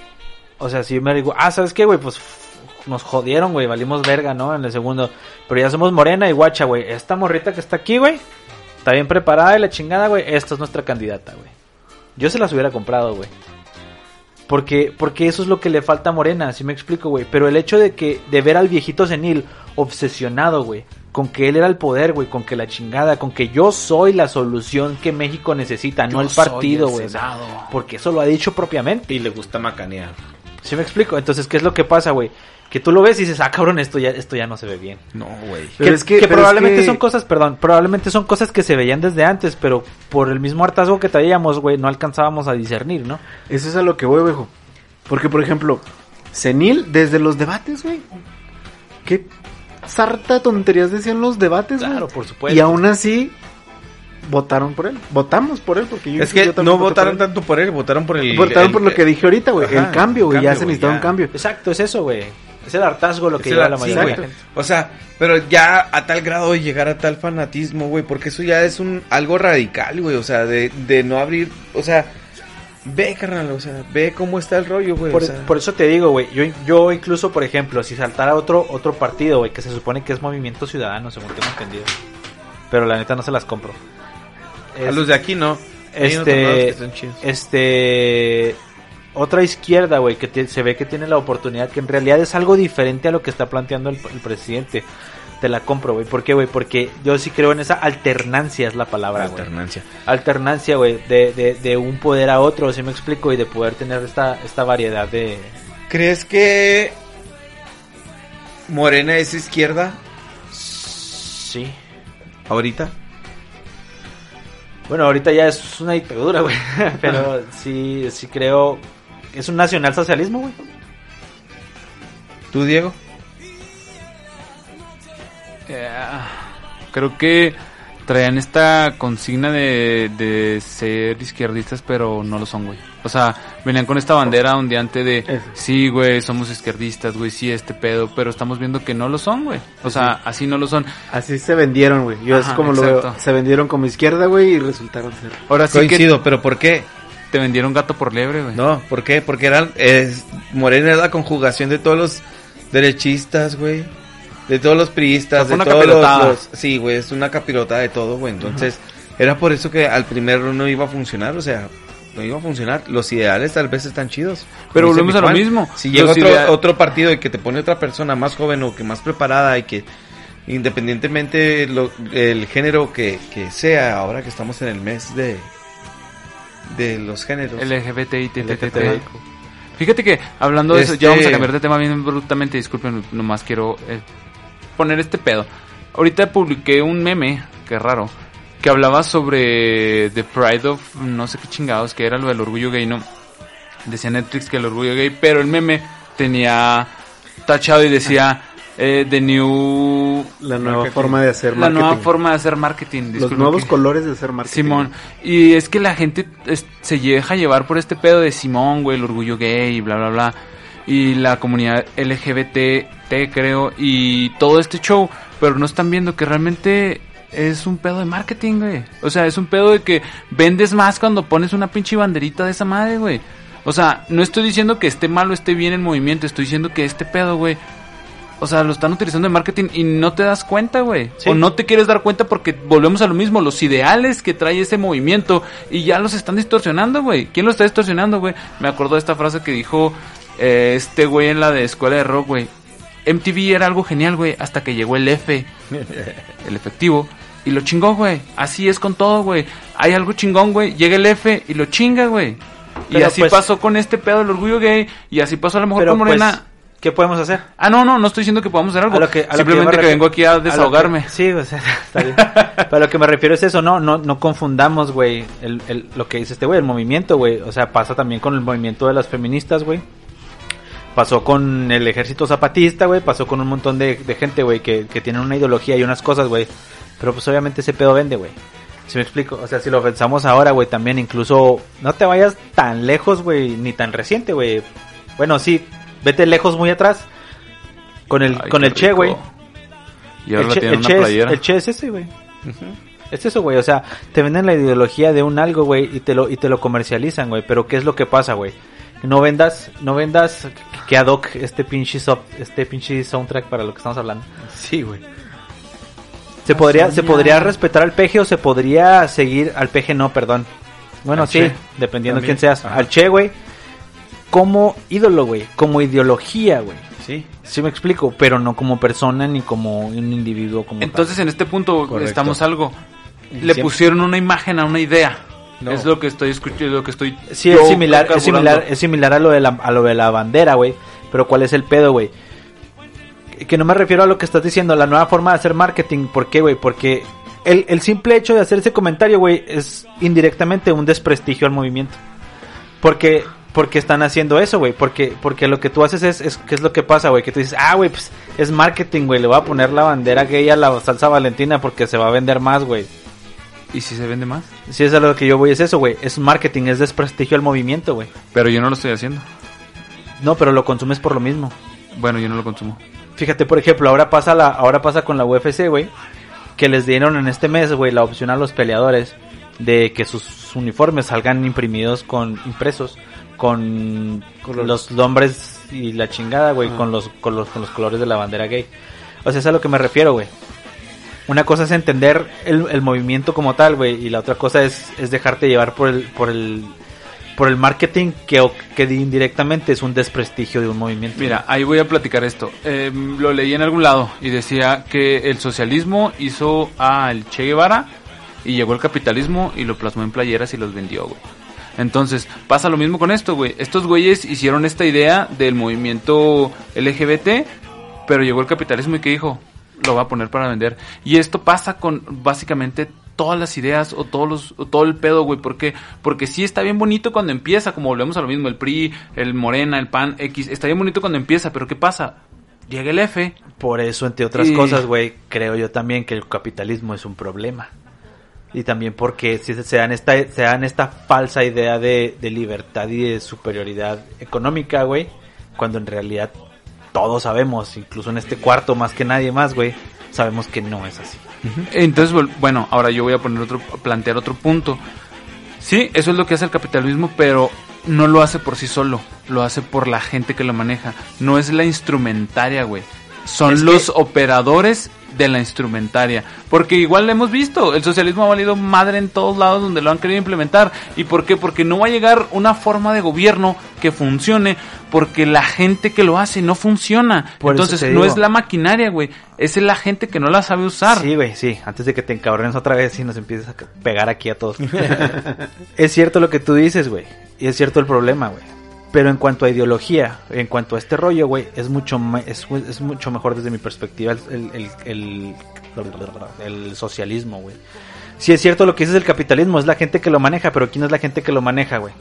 o sea, si yo me digo, ah, ¿sabes qué, güey? Pues f- nos jodieron, güey, valimos verga, ¿no? En el segundo, pero ya somos Morena y guacha, güey, esta morrita que está aquí, güey, está bien preparada y la chingada, güey, esta es nuestra candidata, güey. Yo se las hubiera comprado, güey. Porque, porque eso es lo que le falta a Morena, ¿sí me explico, güey? Pero el hecho de que, de ver al viejito senil obsesionado, güey, con que él era el poder, güey, con que la chingada, con que yo soy la solución que México necesita, no el partido, güey. O sea, porque eso lo ha dicho propiamente. Y le gusta macanear. ¿Sí me explico? Entonces, ¿qué es lo que pasa, güey? Que tú lo ves y dices, ah, cabrón, esto ya, esto ya no se ve bien. No, güey. Pero que, es que- que pero probablemente es que- son cosas, perdón, probablemente son cosas que se veían desde antes, pero por el mismo hartazgo que traíamos, güey, no alcanzábamos a discernir, ¿no? Eso es a lo que voy, viejo. Porque, por ejemplo, senil, desde los debates, güey. ¿Qué sarta de tonterías decían los debates, güey? Claro, por supuesto. Y aún así, votaron por él. Votamos por él, porque yo Es que yo también no voté votaron por él. tanto por él, votaron por el... Votaron el- por lo que dije ahorita, güey. Ajá, El cambio, güey. Ya cambio, se güey, necesitaba ya. un cambio. Exacto, es eso, güey. Es el hartazgo lo que Es lleva el- la sí, mayoría de la güey. gente. O sea, pero ya a tal grado de llegar a tal fanatismo, güey, porque eso ya es un algo radical, güey, o sea, de, de no abrir, o sea, ve, carnal, o sea, ve cómo está el rollo, güey. Por, o sea, por eso te digo, güey, yo, yo incluso, por ejemplo, si saltara otro otro partido, güey, que se supone que es Movimiento Ciudadano, según tengo entendido, pero la neta no se las compro. a Es- los de aquí no. Hay unos lados que este, están chidos. este, otra izquierda, güey, que tie- se ve que tiene la oportunidad, que en realidad es algo diferente a lo que está planteando el, el presidente. Te la compro, güey. ¿Por qué, güey? Porque yo sí creo en esa alternancia, es la palabra, güey. Alternancia. Alternancia, güey, de, de, de un poder a otro, ¿sí me explico? Y de poder tener esta, esta variedad de... ¿Crees que Morena es izquierda Sí. ahorita? Bueno, ahorita ya es una dictadura, güey. Pero sí, sí creo... Es un nacionalsocialismo, güey. ¿Tú, Diego? Eh, creo que traían esta consigna de, de ser izquierdistas, pero no lo son, güey. O sea, venían con esta bandera ondeante de, Eso. sí, güey, somos izquierdistas, güey, sí, este pedo, pero estamos viendo que no lo son, güey. O sea, así no lo son. Así se vendieron, güey. Yo Ajá, es como lo exacto. veo. Se vendieron como izquierda, güey, y resultaron ser. Ahora sí que Coincido, pero ¿por qué? te vendieron gato por liebre, güey. No, ¿por qué? Porque eran, es, Morena era la conjugación de todos los derechistas, güey. De todos los priistas, Fue de una todos los, capirotada. los- sí, güey, es una capirotada de todo, güey. Entonces, era por eso que al primer no iba a funcionar, o sea, no iba a funcionar. Los ideales tal vez están chidos. Pero Como dice volvemos mi a lo Juan. mismo. Si llega Los otro, idea- otro partido y que te pone otra persona más joven o que más preparada y que independientemente lo, el género que, que sea, ahora que estamos en el mes de de los géneros. L G B T I, T T T. L G B T I. Fíjate que hablando de eso, Este- ya vamos a cambiar de tema bien brutalmente, disculpen, nomás quiero eh, poner este pedo. Ahorita publiqué un meme, que raro, que hablaba sobre The Pride of no sé qué chingados, que era lo del orgullo gay, ¿no? Decía Netflix que el orgullo gay, pero el meme tenía tachado y decía eh, The New... La nueva Marketing. forma de hacer La marketing. nueva forma de hacer marketing. Los disculpen nuevos que- colores de hacer marketing. Simón, y es que la gente es- se deja llevar por este pedo de Simón, güey, el orgullo gay, y bla, bla, bla, y la comunidad L G B T, T, creo, y todo este show, pero no están viendo que realmente es un pedo de marketing, güey. O sea, es un pedo de que vendes más cuando pones una pinche banderita de esa madre, güey. O sea, no estoy diciendo que esté mal o esté bien el movimiento, estoy diciendo que este pedo, güey, o sea, lo están utilizando en marketing y no te das cuenta, güey. Sí. O no te quieres dar cuenta porque volvemos a lo mismo, los ideales que trae ese movimiento y ya los están distorsionando, güey. ¿Quién lo está distorsionando, güey? Me acordó de esta frase que dijo eh, este güey en la de Escuela de Rock, güey. M T V era algo genial, güey, hasta que llegó el F, el efectivo, y lo chingó, güey. Así es con todo, güey. Hay algo chingón, güey, llega el F y lo chinga, güey. Y Pero, así pues, pasó con este pedo del orgullo gay, y así pasó a lo mejor Pero con Morena. pues, ¿qué podemos hacer? Ah, no, no, no estoy diciendo que podamos hacer algo. A lo que- a lo Simplemente yo que, me vengo refiero- aquí a a lo que- desahogarme. sí, o sea, está bien. Pero a lo que me refiero es eso, no, no, no confundamos, güey, el, el, lo que dice este güey, el movimiento, güey. O sea, pasa también con el movimiento de las feministas, güey. Pasó con el ejército zapatista, güey. Pasó con un montón de, de gente, güey, que, que tienen una ideología y unas cosas, güey. Pero pues obviamente ese pedo vende, güey. ¿Sí me explico? O sea, si lo pensamos ahora, güey, también incluso no te vayas tan lejos, güey, ni tan reciente, güey. Bueno, sí, vete lejos muy atrás. Con el, Ay, con qué el Che, rico. güey. Y ahora El la che, tienen el una che es, playera. el che es ese, güey. Es eso, güey. O sea, te venden la ideología de un algo, güey, y te lo y te lo comercializan, güey. Pero ¿qué es lo que pasa, güey? No vendas, no vendas que ad hoc este pinche sub, este pinche soundtrack para lo que estamos hablando. Sí, güey. Se podría, se podría respetar al peje o se podría seguir al peje, no, perdón. Bueno, Al sí, Che, dependiendo de también. quién seas. Ajá. Al Che, güey, como ídolo, güey, como ideología, güey. Sí. Sí me explico, pero no como persona ni como un individuo como tal. Entonces, en este punto Correcto. estamos algo. Le Siempre. pusieron una imagen a una idea. No. Es lo que estoy escuchando, lo que estoy. Sí, yo es similar, es carburando. similar, es similar a lo de la, a lo de la bandera, güey. Pero ¿cuál es el pedo, güey? Que no me refiero a lo que estás diciendo, la nueva forma de hacer marketing. ¿Por qué, güey? Porque el, el simple hecho de hacer ese comentario, güey, es indirectamente un desprestigio al movimiento. Porque, porque están haciendo eso, güey. Porque, porque lo que tú haces es, es, ¿qué es lo que pasa, güey? Que tú dices, ah, güey, pues es marketing, güey. Le voy a poner la bandera gay a la salsa valentina porque se va a vender más, güey. ¿Y si se vende más? Si es a lo que yo voy, es eso, güey. Es marketing, es desprestigio al movimiento, güey. Pero yo no lo estoy haciendo. No, pero lo consumes por lo mismo. Bueno, yo no lo consumo. Fíjate, por ejemplo, ahora pasa la, ahora pasa con la U F C, güey, que les dieron en este mes, güey, la opción a los peleadores de que sus uniformes salgan imprimidos con impresos con, Colores. los nombres y la chingada, güey, con los con los con los colores de la bandera gay. O sea, es a lo que me refiero, güey. Una cosa es entender el, el movimiento como tal, güey, y la otra cosa es, es dejarte llevar por el por el por el marketing que, o- que indirectamente es un desprestigio de un movimiento. Mira, ahí voy a platicar esto. Eh, lo leí en algún lado y decía que el socialismo hizo al Che Guevara y llegó el capitalismo y lo plasmó en playeras y los vendió, güey. Entonces, pasa lo mismo con esto, güey. Estos güeyes hicieron esta idea del movimiento L G B T, pero llegó el capitalismo y ¿qué dijo? Lo va a poner para vender. Y esto pasa con básicamente todas las ideas o todos los o todo el pedo, güey. ¿Por qué? Porque sí está bien bonito cuando empieza, como volvemos a lo mismo, el P R I, el Morena, el P A N, X, está bien bonito cuando empieza, pero ¿qué pasa? Llega el F. Por eso, entre otras Y- cosas, güey, creo yo también que el capitalismo es un problema. Y también porque si se dan esta, se dan esta falsa idea de, de libertad y de superioridad económica, güey, cuando en realidad todos sabemos, incluso en este cuarto más que nadie más, güey, sabemos que no es así. Entonces, vol- bueno, ahora yo voy a poner otro, plantear otro punto. Sí, eso es lo que hace el capitalismo, pero no lo hace por sí solo, lo hace por la gente que lo maneja. No es la instrumentaria, güey. Son Es los que- operadores de la instrumentaria. Porque igual lo hemos visto, el socialismo ha valido madre en todos lados donde lo han querido implementar. ¿Y por qué? Porque no va a llegar una forma de gobierno que funcione, porque la gente que lo hace no funciona. Por eso Entonces, te no digo. es la maquinaria, güey, es la gente que no la sabe usar. Sí, güey, sí, antes de que te encabrones otra vez y nos empieces a pegar aquí a todos. Es cierto lo que tú dices, güey, y es cierto el problema, güey. Pero en cuanto a ideología, en cuanto a este rollo, güey, es mucho ma- es, es mucho mejor desde mi perspectiva el, el, el, el, el socialismo, güey. Sí es cierto lo que dices del capitalismo, es la gente que lo maneja, pero ¿quién es la gente que lo maneja, güey?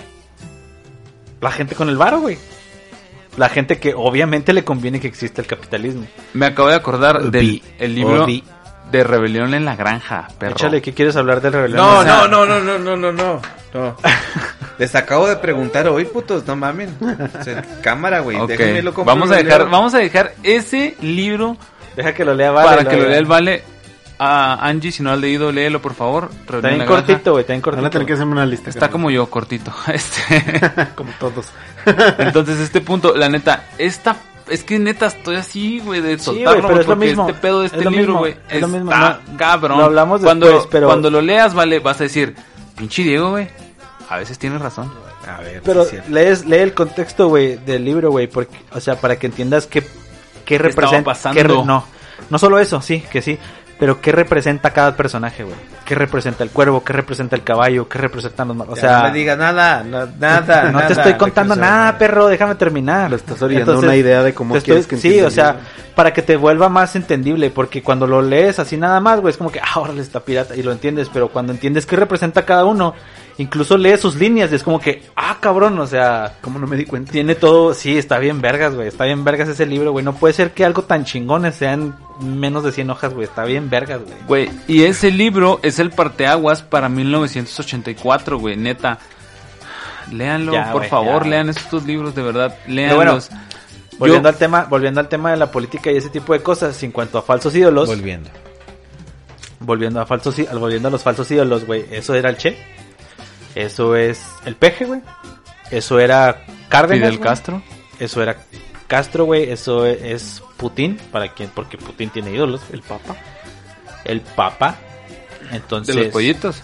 La gente con el varo, güey. La gente que obviamente le conviene que exista el capitalismo. Me acabo de acordar Obi. del el libro Obi. de Rebelión en la Granja, perro. Échale, ¿qué quieres hablar del rebelión? No, O sea, no, no, no, no, no, no, no. no. Les acabo de preguntar hoy, putos, no mamen. O sea, cámara, güey. Ok, Déjenme lo compro, vamos a lo dejar, leo. vamos a dejar ese libro Deja que lo lea, vale. para que lo lea el Vale. A Angie, si no lo has leído, léelo, por favor. Está Rebelión en bien la Granja. cortito, güey, está bien Van a cortito. tener que hacerme una lista. Está carnal. como yo, cortito. Este. como todos. Entonces, este punto, la neta, esta, es que neta estoy así, güey, de Sí, soltarlo, güey, pero güey, es lo porque mismo, este pedo de es este lo libro, mismo, güey, es lo mismo, está no, cabrón. lo hablamos cuando, después, pero- cuando lo leas, vale, vas a decir, pinche Diego, güey, a veces tienes razón. A ver, Pero sí, cierto. lees, lee el contexto, güey, del libro, güey, porque, o sea, para que entiendas qué, qué representa. pasando? qué re- no, no solo eso, sí, que sí, pero qué representa cada personaje, güey. ¿Qué representa el cuervo? ¿Qué representa el caballo? ¿Qué representan los... ma- O Ya sea, no me digas nada, no- nada, no nada, te estoy contando quiero saber nada, perro, déjame terminar. Lo estás orillando una idea de cómo te quieres que Sí, entienda o sea, el libro. para que te vuelva más entendible, porque cuando lo lees así nada más, güey, es como que, ah, órale, está pirata, y lo entiendes, pero cuando entiendes qué representa cada uno, incluso lees sus líneas, y es como que, ah, cabrón, o sea, ¿Cómo no me di cuenta? tiene todo, sí, está bien vergas, güey, está bien vergas ese libro, güey, no puede ser que algo tan chingones sean menos de cien hojas, güey, está bien vergas, güey. Güey, y ese libro es el parteaguas para mil novecientos ochenta y cuatro, güey, neta. Léanlo, Ya, por güey, favor, ya. lean estos libros, de verdad, bueno, léanlos. Volviendo Yo- al tema, volviendo al tema de la política y ese tipo de cosas, en cuanto a falsos ídolos, Volviendo. volviendo a falsos í- volviendo a los falsos ídolos, güey, eso era el Che, eso es el Peje, güey, eso era Cárdenas, Fidel güey. Castro. Eso era Castro, güey, eso es, es Putin, para quien, porque Putin tiene ídolos, el Papa, el Papa, entonces, De los pollitos.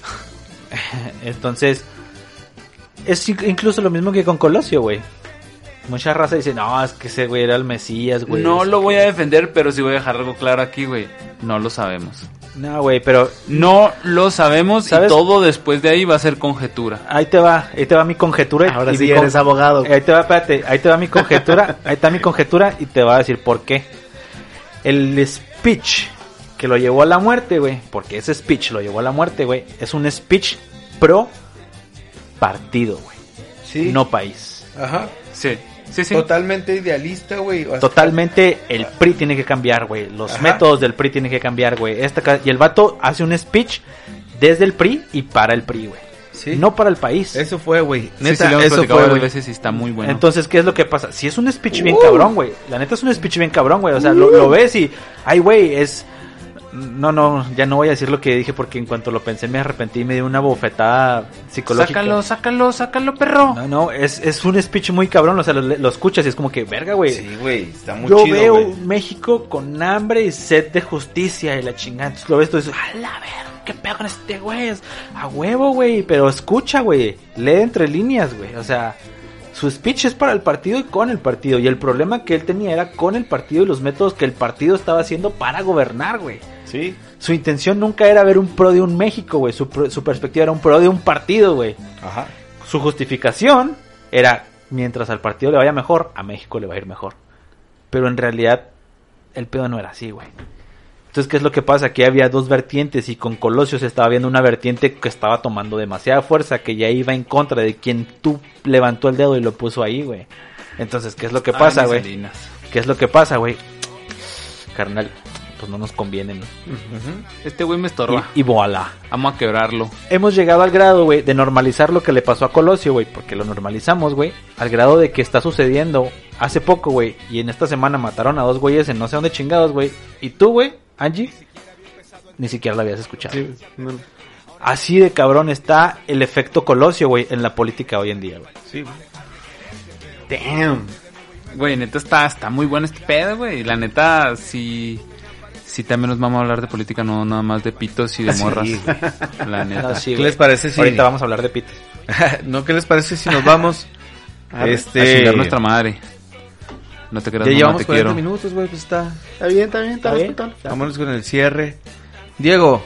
entonces, es in- incluso lo mismo que con Colosio, güey. Mucha raza dice, no, es que ese güey era el Mesías, güey. No Es lo que- voy a defender, pero sí voy a dejar algo claro aquí, güey. No lo sabemos. No, güey, pero No lo sabemos ¿Sabes? y todo después de ahí va a ser conjetura. ahí te va, ahí te va mi conjetura. y- Ahora y sí mi con- eres abogado. Ahí te va, espérate, ahí te va mi conjetura, ahí está mi conjetura y te va a decir por qué. El speech que lo llevó a la muerte, güey, porque ese speech lo llevó a la muerte, güey, es un speech pro partido, güey, Sí. no país. Ajá. Sí, sí, sí. Totalmente idealista, güey. Hasta- Totalmente el P R I tiene que cambiar, güey, los Ajá. métodos del P R I tienen que cambiar, güey. Esta ca- y el vato hace un speech desde el P R I y para el P R I, güey. Sí. No para el país. Eso fue, güey. Sí, Neta, sí, lo hemos eso platicado fue, varias güey. veces y está muy bueno. Entonces, ¿qué es lo que pasa? Si es un speech bien Uh. cabrón, güey. La neta es un speech bien cabrón, güey. O sea, lo, lo ves y... Ay, güey, es... No, no, ya no voy a decir lo que dije porque en cuanto lo pensé me arrepentí y me dio una bofetada psicológica. sácalo, sácalo, sácalo, perro. No, no, es, es un speech muy cabrón. O sea, lo, lo escuchas y es como que, verga, güey. Sí, güey. Está muy Yo chido, veo güey. México con hambre y sed de justicia y la chingada. Entonces lo ves tú y dices, a la verga, qué pedo con este güey. Es a huevo, güey. Pero escucha, güey. Lee entre líneas, güey. O sea, su speech es para el partido y con el partido. Y el problema que él tenía era con el partido y los métodos que el partido estaba haciendo para gobernar, güey. Sí. Su intención nunca era ver un pro de un México, güey. Su, pro- su perspectiva era un pro de un partido, güey. Ajá. Su justificación era, mientras al partido le vaya mejor, a México le va a ir mejor. Pero en realidad, el pedo no era así, güey. Entonces, ¿qué es lo que pasa? Aquí había dos vertientes y con Colosio se estaba viendo una vertiente que estaba tomando demasiada fuerza, que ya iba en contra de quien tú levantó el dedo y lo puso ahí, güey. Entonces, ¿qué es lo que pasa, Ay, mis güey? Salinas. ¿Qué es lo que pasa, güey? Carnal, pues no nos conviene, ¿no? Este güey me estorba. Y, y voilà. Vamos a quebrarlo. Hemos llegado al grado, güey, de normalizar lo que le pasó a Colosio, güey, porque lo normalizamos, güey, al grado de que está sucediendo hace poco, güey, y en esta semana mataron a dos güeyes en no sé dónde chingados, güey, y tú, güey, Angie, ni siquiera la habías escuchado. Sí, no. Así de cabrón está el efecto Colosio, güey, en la política hoy en día, güey. Sí, güey. Damn. Güey, neta está, está muy bueno este pedo, güey. La neta, sí, sí también nos vamos a hablar de política, no nada más de pitos y de morras. Sí, La neta. No, sí, ¿Qué güey. les parece si- Ahorita vamos a hablar de Pete. ¿No? ¿Qué les parece si nos vamos? A ver, este... A chingar nuestra madre. No te creas, Ya mamá, llevamos te cuarenta quiero. minutos, güey, pues está... Está bien, está bien, está ¿Está bien? respetable. Vámonos con el cierre. Diego,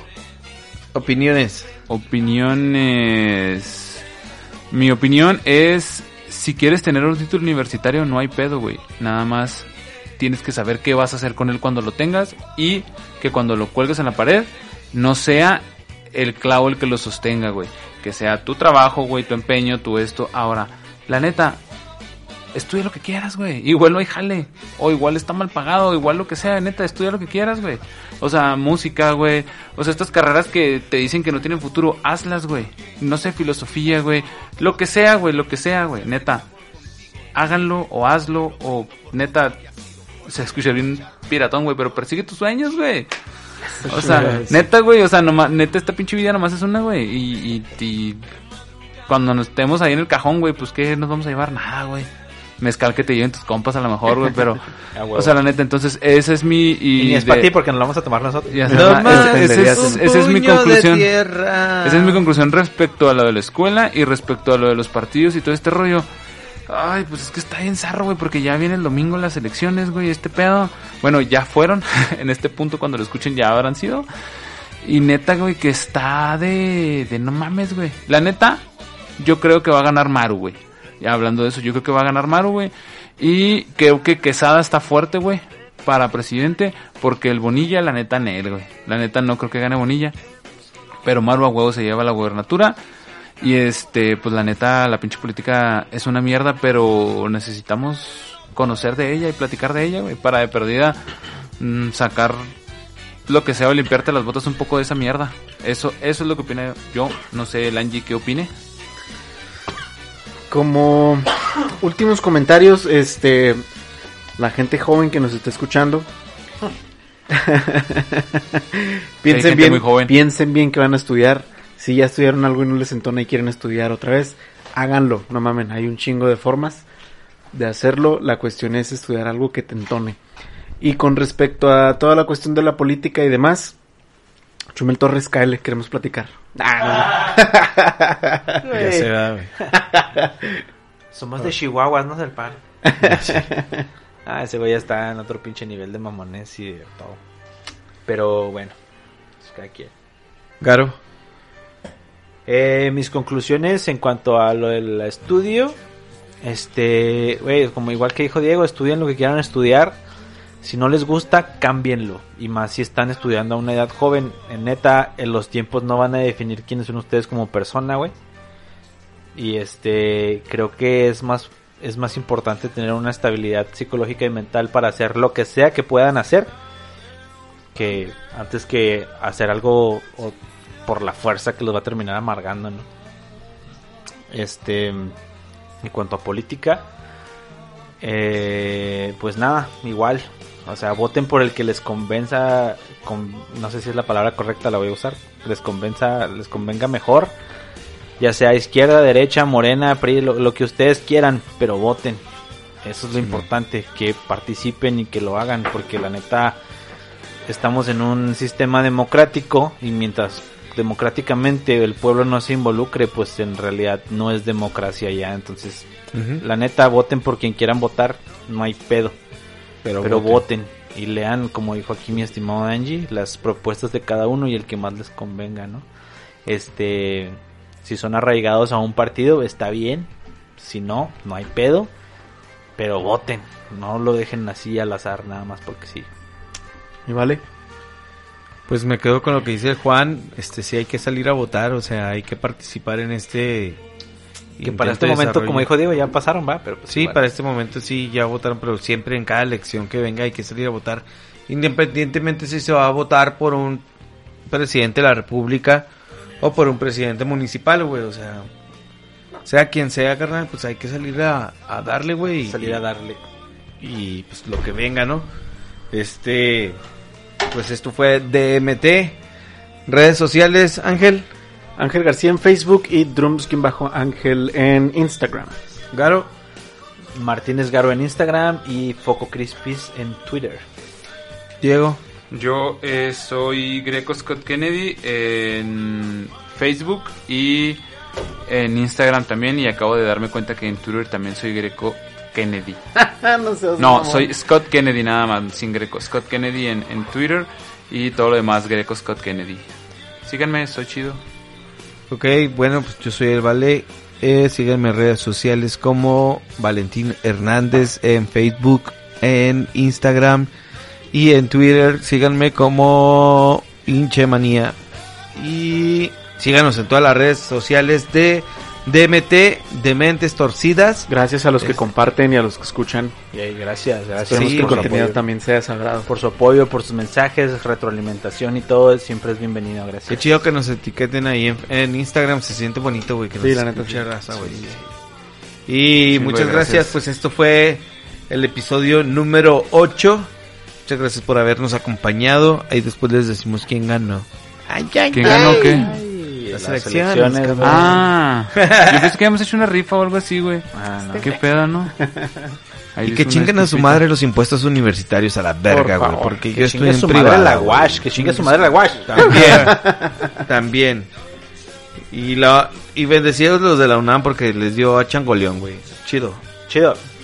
opiniones. Opiniones. Mi opinión es si quieres tener un título universitario, no hay pedo, güey. Nada más tienes que saber qué vas a hacer con él cuando lo tengas y que cuando lo cuelgues en la pared no sea el clavo el que lo sostenga, güey. Que sea tu trabajo, güey, tu empeño, tu esto. Ahora, la neta, estudia lo que quieras, güey. Igual no hay jale. O igual está mal pagado. Igual lo que sea, neta, estudia lo que quieras, güey. O sea, música, güey. O sea, estas carreras que te dicen que no tienen futuro, hazlas, güey. No sé, filosofía, güey. Lo que sea, güey, lo que sea, güey. Neta, háganlo o hazlo. O neta, se escucha bien piratón, güey, pero persigue tus sueños, güey. O sea, neta, güey, o sea, nomás, neta, esta pinche vida nomás es una, güey. Y, y, y cuando nos estemos ahí en el cajón, güey, pues, ¿qué nos vamos a llevar? Nada, güey. Mezcal que te lleven tus compas a lo mejor, güey, pero... Ah, o sea, la neta, entonces, ese es mi... Y, Y ni es de- para ti porque nos lo vamos a tomar nosotros. Ya sé, No ma- más, ese- ese es- un esa es mi puño de conclusión. tierra. Esa es mi conclusión respecto a lo de la escuela y respecto a lo de los partidos y todo este rollo. Ay, pues es que está bien zarro, güey, porque ya viene el domingo las elecciones, güey, este pedo. Bueno, ya fueron, en este punto cuando lo escuchen ya habrán sido. Y neta, güey, que está de, de no mames, güey. La neta, yo creo que va a ganar Maru, güey. Ya hablando de eso, yo creo que va a ganar Maru, güey. Y creo que Quesada está fuerte, güey, para presidente, porque el Bonilla, la neta, Nel, güey. La neta no creo que gane Bonilla. Pero Maru a huevo se lleva la gubernatura. Y este, pues la neta, la pinche política es una mierda, pero necesitamos conocer de ella y platicar de ella, güey, para de perdida mmm, sacar lo que sea o limpiarte las botas un poco de esa mierda. Eso, eso es lo que opina yo. No sé, el Angie, ¿qué opine? Como últimos comentarios, este, la gente joven que nos está escuchando, piensen gente bien, muy joven. piensen bien que van a estudiar. Si ya estudiaron algo y no les entona y quieren estudiar otra vez, háganlo. No mamen, hay un chingo de formas de hacerlo. La cuestión es estudiar algo que te entone. Y con respecto a toda la cuestión de la política y demás, Chumel Torres, cáele, queremos platicar. Ya se va, güey. Somos de Chihuahua, no del par. Ah, ese güey ya está en otro pinche nivel de mamones y de todo. Pero bueno, pues cada quien. Garo. Eh, mis conclusiones en cuanto a lo del estudio, este, güey, como igual que dijo Diego, estudien lo que quieran estudiar. Si no les gusta, cámbienlo. Y más si están estudiando a una edad joven. En neta, en los tiempos no van a definir quiénes son ustedes como persona, güey. Y este, creo que es más, es más importante tener una estabilidad psicológica y mental para hacer lo que sea que puedan hacer, que antes que hacer algo o por la fuerza que los va a terminar amargando, ¿no? Este, en cuanto a política, eh, pues nada, igual, o sea, voten por el que les convenza, con, no sé si es la palabra correcta, la voy a usar, les convenza, les convenga mejor, ya sea izquierda, derecha, morena, P R I, lo, lo que ustedes quieran, pero voten. Eso es lo Sí, importante, que participen y que lo hagan, porque la neta estamos en un sistema democrático y mientras democráticamente el pueblo no se involucre, pues en realidad no es democracia ya. Entonces, Uh-huh. la neta, voten por quien quieran votar, no hay pedo, Pero, pero voten. voten y lean, como dijo aquí mi estimado Angie, las propuestas de cada uno y el que más les convenga, ¿no? Este, si son arraigados a un partido, está bien, si no, no hay pedo, pero voten, no lo dejen así al azar nada más porque sí. ¿Y vale? Pues me quedo con lo que dice Juan, este sí hay que salir a votar, o sea, hay que participar en este Que para intento este de momento, desarrollo. como dijo Diego, ya pasaron, va, pero pues Sí, igual. para este momento sí ya votaron, pero siempre en cada elección que venga hay que salir a votar, independientemente si se va a votar por un presidente de la república o por un presidente municipal, güey, o sea, sea quien sea, carnal, pues hay que salir a, a darle, güey, salir a darle. y pues lo que venga, ¿no? Este, pues esto fue D M T, redes sociales, Ángel, Ángel García en Facebook y Drums-Ángel en Instagram. Garo, Martínez Garo en Instagram y Foco Crispis en Twitter. Diego, Yo eh, soy Greco Scott Kennedy en Facebook y en Instagram también, y acabo de darme cuenta que en Twitter también soy Greco Kennedy. no seas No, mamón. soy Scott Kennedy nada más, sin Greco. Scott Kennedy en, en Twitter y todo lo demás Greco Scott Kennedy. Síganme, soy chido. ok, bueno, pues yo soy el Vale Eh, síganme en redes sociales como Valentín Hernández en Facebook, en Instagram y en Twitter. Síganme como Hinchemanía. Y síganos en todas las redes sociales de D M T, de Mentes Torcidas. Gracias a los que Es- comparten y a los que escuchan. Y ahí, gracias, gracias. Esperemos Sí, que el güey. contenido también sea de su agrado. Por su apoyo, por sus mensajes, retroalimentación y todo, siempre es bienvenido, Qué gracias. chido que nos etiqueten ahí en, en Instagram. Se siente bonito, güey, que nos Sí, la neta, escuche sí. raza, güey. Y Sí, muchas güey, gracias. gracias. Pues esto fue el episodio número ocho. Muchas gracias por habernos acompañado. Ahí después les decimos quién ganó. Ay, ay, ¿Quién ay. ganó qué? Ay, Las las elecciones, elecciones, cabrón. güey. Ah, yo pensé que habíamos hecho una rifa o algo así, güey. Ah, no. Qué pedo, ¿no? Ahí Y les que una chinguen a su estupita. madre los impuestos universitarios a la verga, güey. favor, Porque que yo chingue estoy en su madre privada. la güey. Wash, que chingue su madre la Wash. También. También. Y la y bendecidos los de la UNAM porque les dio a Changoleón, güey. Chido. Chido.